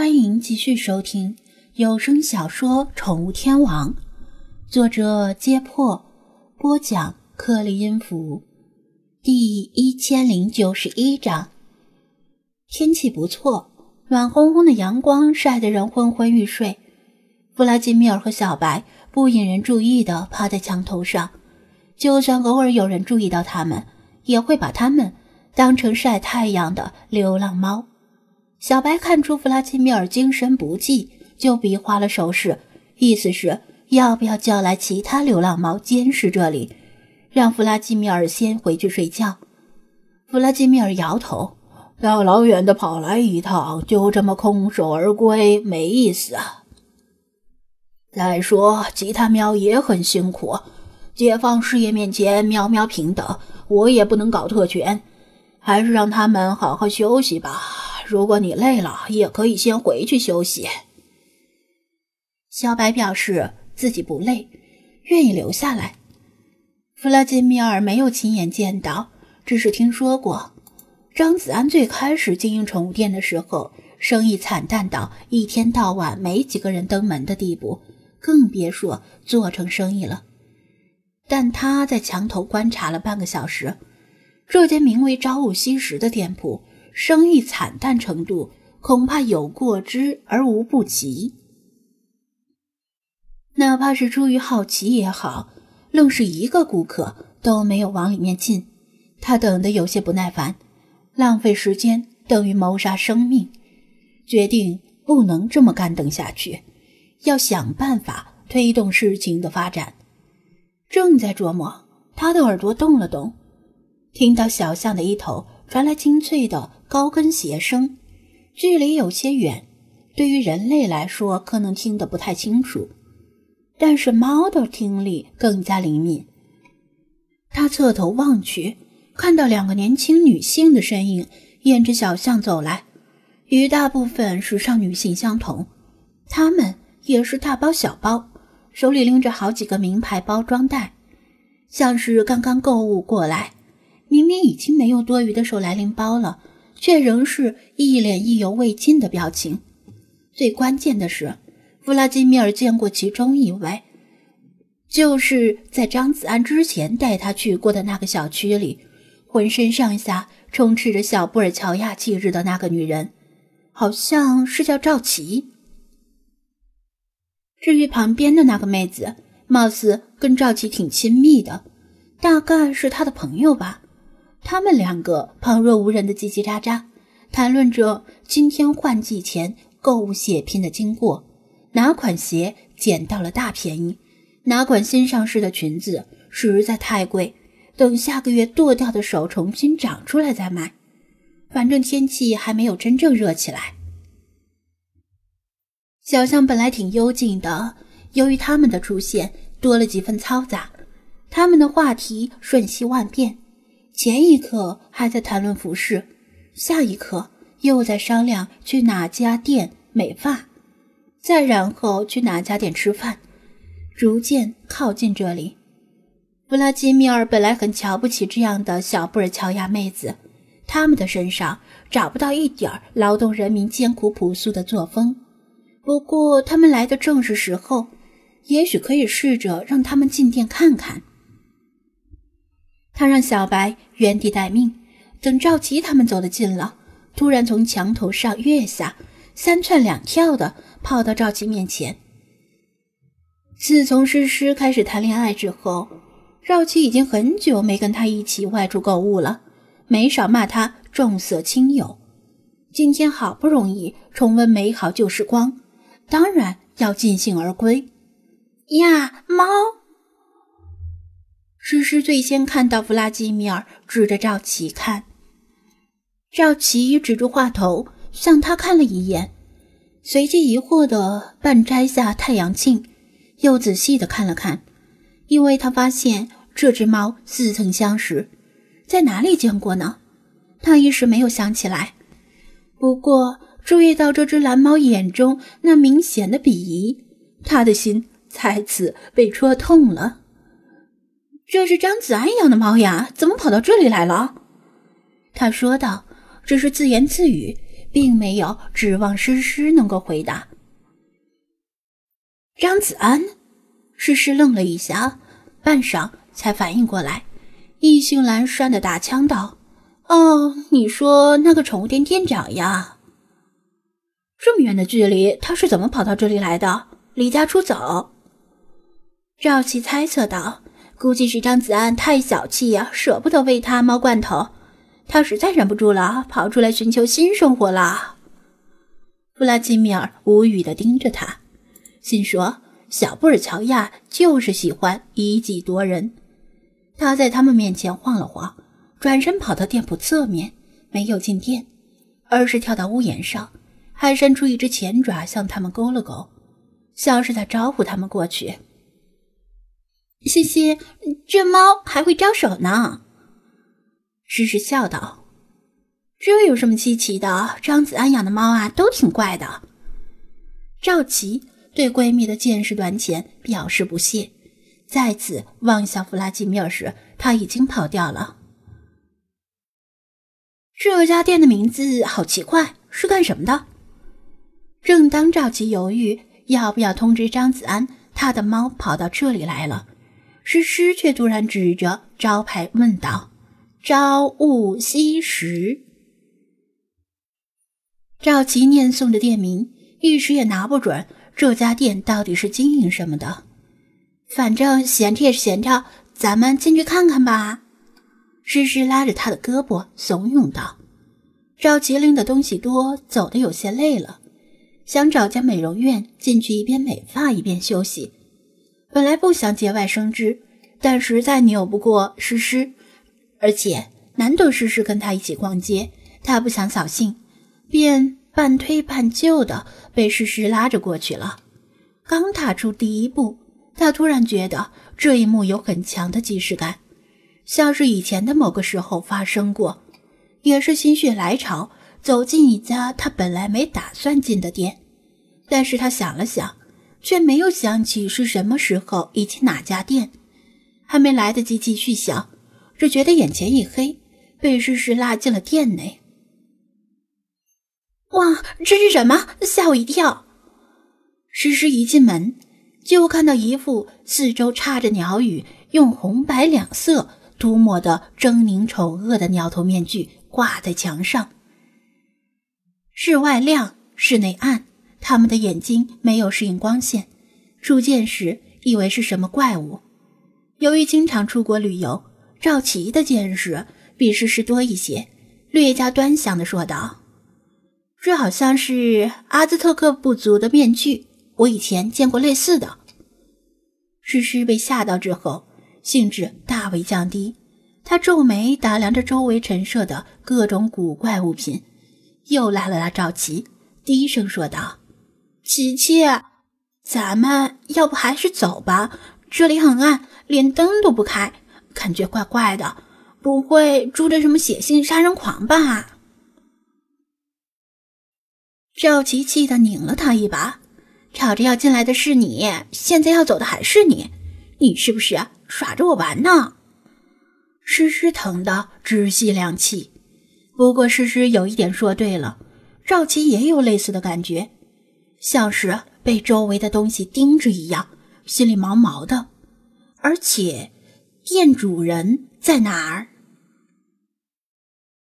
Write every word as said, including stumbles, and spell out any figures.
欢迎继续收听有声小说《宠物天王》，作者揭破，播讲克里音符，第一千零九十一章。天气不错，暖烘烘的阳光晒得人昏昏欲睡。弗拉基米尔和小白不引人注意地趴在墙头上，就算偶尔有人注意到他们，也会把他们当成晒太阳的流浪猫。小白看出弗拉基米尔精神不济，就比划了手势，意思是要不要叫来其他流浪猫监视这里，让弗拉基米尔先回去睡觉。弗拉基米尔摇头，大老远的跑来一趟，就这么空手而归，没意思啊。再说其他喵也很辛苦，解放事业面前喵喵平等，我也不能搞特权，还是让他们好好休息吧。如果你累了，也可以先回去休息。小白表示自己不累，愿意留下来。弗拉基米尔没有亲眼见到，只是听说过。张子安最开始经营宠物店的时候，生意惨淡到一天到晚没几个人登门的地步，更别说做成生意了。但他在墙头观察了半个小时，这间名为朝雾夕拾的店铺生意惨淡程度恐怕有过之而无不及。哪怕是出于好奇也好，愣是一个顾客都没有往里面进。他等得有些不耐烦，浪费时间等于谋杀生命，决定不能这么干等下去，要想办法推动事情的发展。正在琢磨，他的耳朵动了动，听到小巷的一头传来清脆的高跟鞋声，距离有些远，对于人类来说可能听得不太清楚，但是猫的听力更加灵敏。他侧头望去，看到两个年轻女性的身影沿着小巷走来，与大部分时尚女性相同，她们也是大包小包，手里拎着好几个名牌包装袋，像是刚刚购物过来，明明已经没有多余的手来拎包了，却仍是一脸意犹未尽的表情。最关键的是，弗拉基米尔见过其中一位，就是在张子安之前带他去过的那个小区里，浑身上下充斥着小布尔乔亚气质的那个女人，好像是叫赵琪。至于旁边的那个妹子，貌似跟赵琪挺亲密的，大概是他的朋友吧。他们两个旁若无人的叽叽喳喳，谈论着今天换季前购物血拼的经过，哪款鞋捡到了大便宜，哪款新上市的裙子实在太贵，等下个月剁掉的手重新长出来再买。反正天气还没有真正热起来。小巷本来挺幽静的，由于他们的出现多了几分嘈杂，他们的话题瞬息万变，前一刻还在谈论服饰，下一刻又在商量去哪家店美发，再然后去哪家店吃饭，逐渐靠近这里。弗拉基米尔本来很瞧不起这样的小布尔乔亚妹子，他们的身上找不到一点劳动人民艰苦朴素的作风，不过他们来的正是时候，也许可以试着让他们进店看看。他让小白原地待命，等赵琪他们走得近了，突然从墙头上跃下，三窜两跳的跑到赵琪面前。自从诗诗开始谈恋爱之后，赵琪已经很久没跟他一起外出购物了，没少骂他重色轻友。今天好不容易重温美好旧时光，当然要尽兴而归。呀，猫！诗诗最先看到弗拉基米尔指着赵琪看，赵琪指住话头向他看了一眼，随即疑惑地半摘下太阳镜，又仔细地看了看，因为他发现这只猫似曾相识，在哪里见过呢？他一时没有想起来，不过注意到这只蓝猫眼中那明显的鄙夷，他的心再次被戳痛了。这是张子安养的猫呀，怎么跑到这里来了？他说道，只是自言自语， 并没有指望诗诗能够回答。张子安，诗诗愣了一下，半晌才反应过来，意兴阑珊地打枪道：哦，你说那个宠物店店长呀？这么远的距离，他是怎么跑到这里来的？离家出走？赵琪猜测道，估计是张子安太小气呀、啊，舍不得喂他猫罐头，他实在忍不住了，跑出来寻求新生活了。弗拉基米尔无语地盯着他，心说小布尔乔亚就是喜欢以己夺人。他在他们面前晃了晃，转身跑到店铺侧面，没有进店，而是跳到屋檐上，还伸出一只前爪向他们勾了勾，像是在招呼他们过去。嘻嘻，这猫还会招手呢。诗诗笑道，这有什么稀奇的，张子安养的猫啊都挺怪的。赵琪对闺蜜的见识短浅表示不屑，再次望向弗拉基米尔时，他已经跑掉了。这家店的名字好奇怪，是干什么的？正当赵琪犹豫要不要通知张子安他的猫跑到这里来了，诗诗却突然指着招牌问道：朝雾夕拾。赵琪念诵着店名，一时也拿不准这家店到底是经营什么的。反正闲着也是闲着，咱们进去看看吧。诗诗拉着他的胳膊怂恿道。赵琪拎的东西多，走得有些累了，想找家美容院进去一边美发一边休息。本来不想节外生枝，但实在扭不过诗诗，而且难得诗诗跟他一起逛街，他不想扫兴，便半推半就的被诗诗拉着过去了。刚踏出第一步，他突然觉得这一幕有很强的既视感，像是以前的某个时候发生过，也是心血来潮走进一家他本来没打算进的店，但是他想了想，却没有想起是什么时候以及哪家店，还没来得及继续想，只觉得眼前一黑，被诗诗拉进了店内。哇，这是什么？吓我一跳！诗诗一进门，就看到一副四周插着鸟语，用红白两色涂抹的狰狞丑恶的鸟头面具挂在墙上。室外亮，室内暗，他们的眼睛没有适应光线，初见时以为是什么怪物。由于经常出国旅游，赵琪的见识比诗诗多一些，略加端详地说道：这好像是阿兹特克部族的面具，我以前见过类似的。诗诗被吓到之后，兴致大为降低，她皱眉打量着周围陈设的各种古怪物品，又拉了拉赵琪，低声说道：琪琪，咱们要不还是走吧，这里很暗，连灯都不开，感觉怪怪的，不会住着什么血性杀人狂吧？赵琪气得拧了他一把，吵着要进来的是你，现在要走的还是你，你是不是耍着我玩呢？诗诗疼得直吸凉气。不过诗诗有一点说对了，赵琪也有类似的感觉，像是被周围的东西盯着一样，心里毛毛的。而且店主人在哪儿？